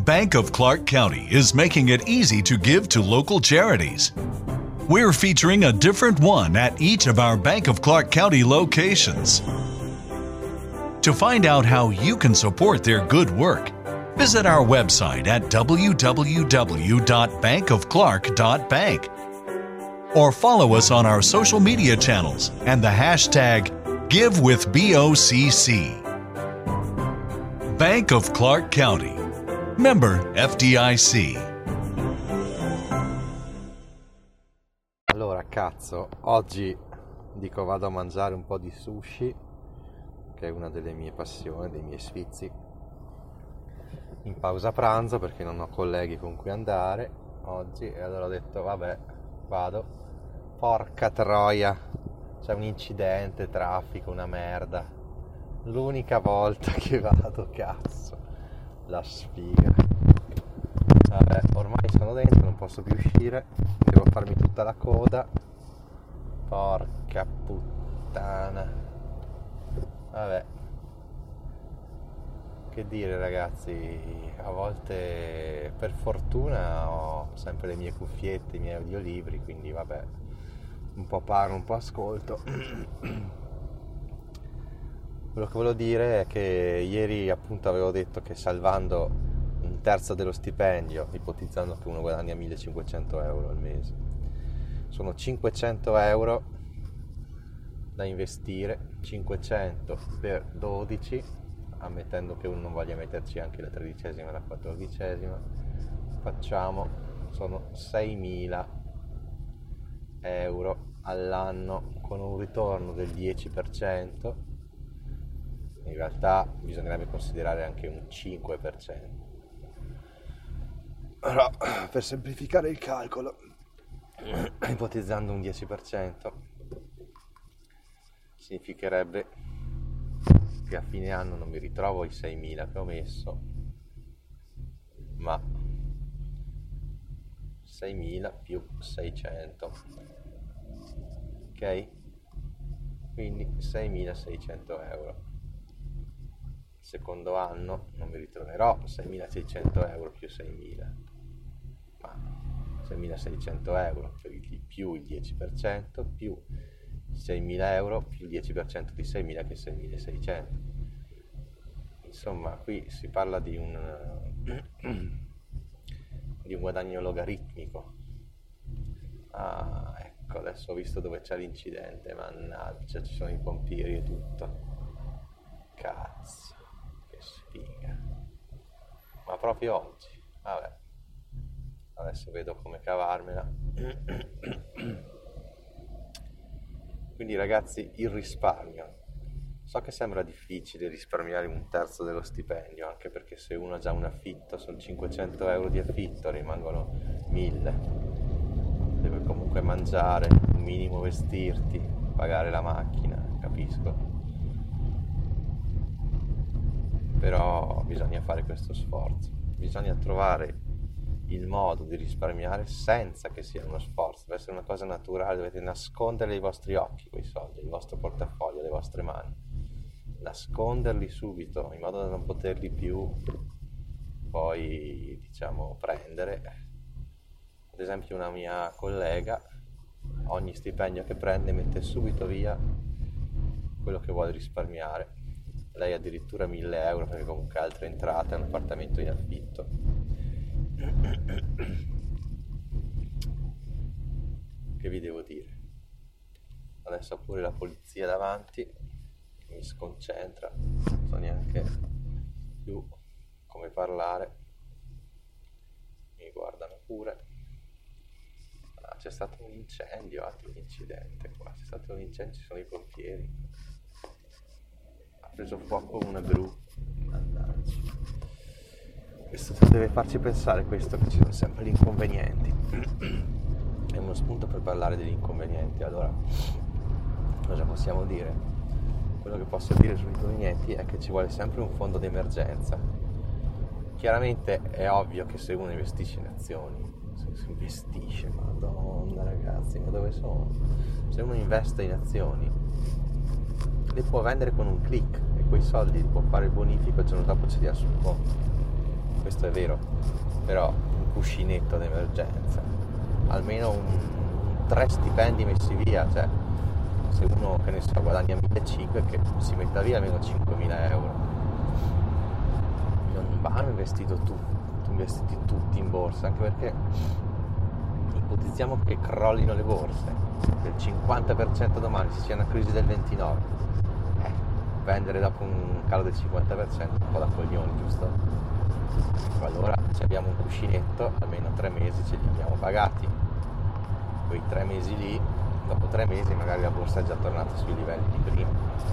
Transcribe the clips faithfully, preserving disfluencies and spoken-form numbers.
Bank of Clark County is making it easy to give to local charities. We're featuring a different one at each of our Bank of Clark County locations. To find out how you can support their good work, visit our website at w w w dot bank of clark dot bank or follow us on our social media channels and the hashtag GiveWithBOCC. Bank of Clark County. Member F D I C. Allora, cazzo, oggi dico vado a mangiare un po' di sushi, che è una delle mie passioni, dei miei sfizi, in pausa pranzo perché non ho colleghi con cui andare oggi, e allora ho detto vabbè, vado. Porca troia, c'è un incidente, traffico, una merda. L'unica volta che vado, cazzo, la sfiga. Vabbè, ormai sono dentro, non posso più uscire, devo farmi tutta la coda. Porca puttana. Vabbè, che dire ragazzi, a volte per fortuna ho sempre le mie cuffiette, i miei audiolibri, quindi vabbè, un po' parlo, un po' ascolto. Quello che volevo dire è che ieri appunto avevo detto che salvando un terzo dello stipendio, ipotizzando che uno guadagna millecinquecento euro al mese, sono cinquecento euro da investire, cinquecento per dodici, ammettendo che uno non voglia metterci anche la tredicesima e la quattordicesima, facciamo, sono seimila euro all'anno con un ritorno del dieci per cento. In realtà bisognerebbe considerare anche un cinque per cento, però per semplificare il calcolo, ipotizzando un dieci per cento, significherebbe che a fine anno non mi ritrovo i seimila che ho messo, ma seimila più seicento, ok? Quindi seimilaseicento euro. Il secondo anno non mi ritroverò seimilaseicento euro più seimila, ma seimilaseicento euro per il, più il dieci per cento più seimila euro più il dieci per cento di seimila, che è seimilaseicento. Insomma, qui si parla di un di un guadagno logaritmico. Ah, ecco, adesso ho visto dove c'è l'incidente, mannaggia, ci sono i pompieri e tutto. Cazzo, che sfiga. Ma proprio oggi, vabbè, adesso vedo come cavarmela. Quindi ragazzi, il risparmio. So che sembra difficile risparmiare un terzo dello stipendio, anche perché se uno ha già un affitto, sono cinquecento euro di affitto, rimangono mille. Deve comunque mangiare, un minimo vestirti, pagare la macchina, capisco. Però bisogna fare questo sforzo, bisogna trovare il modo di risparmiare senza che sia uno sforzo, deve essere una cosa naturale, dovete nascondere i vostri occhi quei soldi, il vostro portafoglio, le vostre mani, nasconderli subito in modo da non poterli più poi, diciamo, prendere. Ad esempio una mia collega, ogni stipendio che prende mette subito via quello che vuole risparmiare. Lei addirittura mille euro perché comunque ha altre entrate, ha un appartamento in affitto. Che vi devo dire? Adesso ho pure la polizia davanti che mi sconcentra, non so neanche più come parlare, mi guardano pure. Ah, c'è stato un incendio, altro un incidente qua, c'è stato un incendio, ci sono i pompieri, ha preso fuoco una gru, mannaggia. Questo deve farci pensare, questo, che ci sono sempre gli inconvenienti. È uno spunto per parlare degli inconvenienti. Allora, cosa possiamo dire? Quello che posso dire sugli inconvenienti è che ci vuole sempre un fondo di emergenza. Chiaramente è ovvio che se uno investisce in azioni, se si investisce, madonna ragazzi, ma dove sono? Se uno investe in azioni, le può vendere con un click e quei soldi può fare il bonifico e il giorno dopo ce li ha sul conto. Questo questo è vero, però un cuscinetto d'emergenza, almeno un, tre stipendi messi via, cioè se uno, che ne so, guadagna millecinquecento, che si metta via almeno cinquemila euro. Non vanno investito tutti, investiti tutti in borsa, anche perché ipotizziamo che crollino le borse del cinquanta per cento domani, se c'è una crisi del ventinove per cento, eh, vendere dopo un calo del cinquanta per cento è un po' da coglioni, giusto? Allora se abbiamo un cuscinetto, almeno tre mesi ce li abbiamo pagati, quei tre mesi lì, dopo tre mesi magari la borsa è già tornata sui livelli di prima.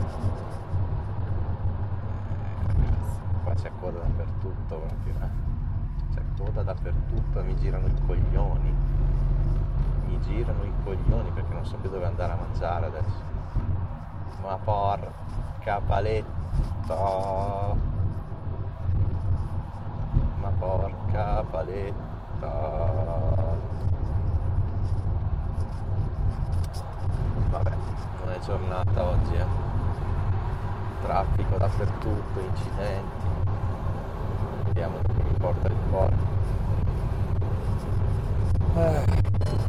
Eh, ragazzi, qua c'è coda dappertutto proprio, eh? C'è coda dappertutto, mi girano i coglioni, mi girano i coglioni perché non so più dove andare a mangiare adesso. Ma porca paletta, ma porca paletta. Vabbè, non è giornata oggi, eh. Traffico dappertutto, incidenti. Vediamo dove mi porta il cuore. Eh.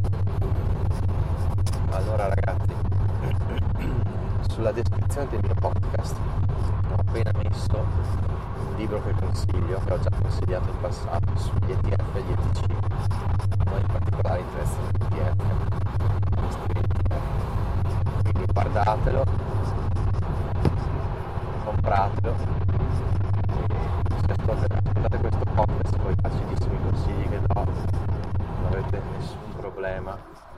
Allora ragazzi, sulla descrizione del mio podcast ho appena messo un libro che consiglio, che ho già consigliato in passato, sugli E T F e gli E T C. A noi in particolare interessano gli E T F. Quindi guardatelo, compratelo, e se ascoltate questo podcast con i facilissimi consigli che do non avrete nessun problema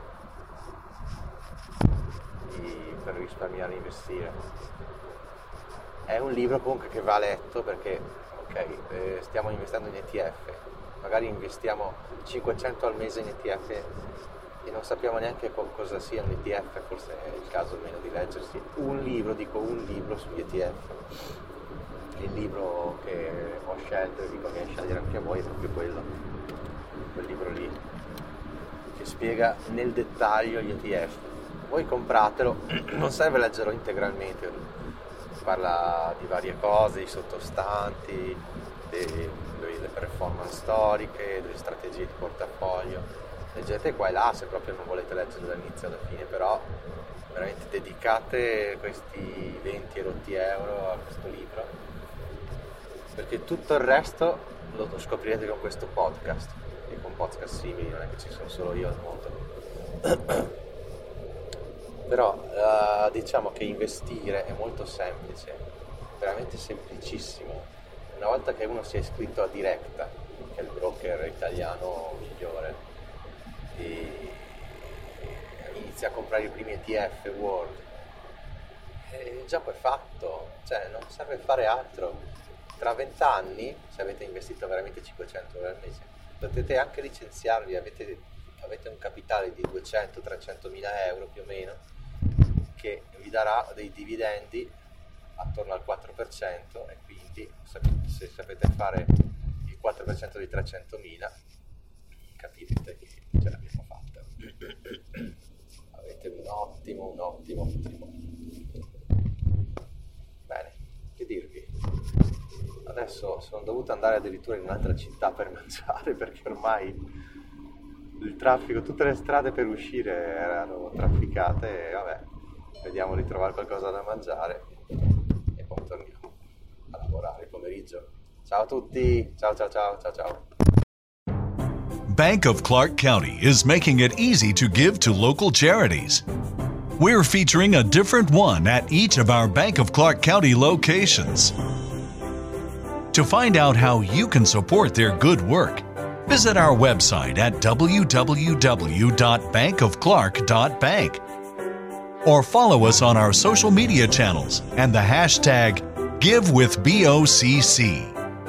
di, per risparmiare e investire. È un libro comunque che va letto perché ok, eh, stiamo investendo in E T F, magari investiamo cinquecento al mese in E T F e non sappiamo neanche co- cosa sia un E T F, forse è il caso almeno di leggersi un libro, dico un libro sugli E T F. Il libro che ho scelto e vi conviene scegliere anche a voi è proprio quello, quel libro lì che spiega nel dettaglio gli E T F. Voi compratelo, non serve leggerlo integralmente, parla di varie cose, i sottostanti, delle, delle performance storiche, delle strategie di portafoglio. Leggete qua e là se proprio non volete leggere dall'inizio alla fine, però veramente dedicate questi venti erotti euro a questo libro, perché tutto il resto lo scoprirete con questo podcast e con podcast simili, non è che ci sono solo io al mondo. Però uh, diciamo che investire è molto semplice, veramente semplicissimo. Una volta che uno si è iscritto a Directa, che è il broker italiano migliore, e inizia a comprare i primi E T F World, e il gioco è fatto, cioè non serve fare altro. Tra vent'anni, se avete investito veramente cinquecento euro al mese, potete anche licenziarvi, avete, avete un capitale di duecento trecento mila euro più o meno, che vi darà dei dividendi attorno al quattro per cento, e quindi se sapete fare il quattro per cento di trecentomila, capite che ce l'abbiamo fatta. Avete un ottimo, un ottimo futuro. Bene, che dirvi? Adesso sono dovuto andare addirittura in un'altra città per mangiare, perché ormai il traffico, tutte le strade per uscire erano trafficate e vabbè, vediamo di trovare qualcosa da mangiare e poi torniamo a lavorare il pomeriggio. Ciao a tutti, ciao ciao ciao ciao ciao. Bank of Clark County is making it easy to give to local charities. We're featuring a different one at each of our Bank of Clark County locations. To find out how you can support their good work, visit our website at w w w dot bank of clark dot bank or follow us on our social media channels and the hashtag GiveWithBOCC.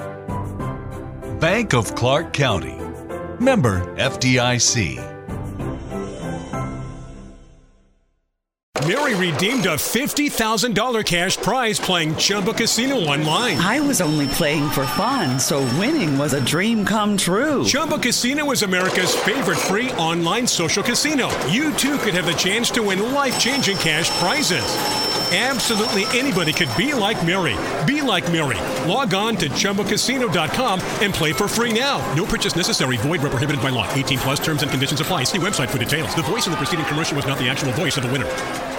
Bank of Clark County. Member F D I C. Mary redeemed a fifty thousand dollars cash prize playing Chumba Casino online. I was only playing for fun, so winning was a dream come true. Chumba Casino is America's favorite free online social casino. You too could have the chance to win life-changing cash prizes. Absolutely anybody could be like Mary. Be like Mary. Log on to Chumba Casino dot com and play for free now. No purchase necessary. Void where prohibited by law. eighteen plus terms and conditions apply. See website for details. The voice in the preceding commercial was not the actual voice of the winner.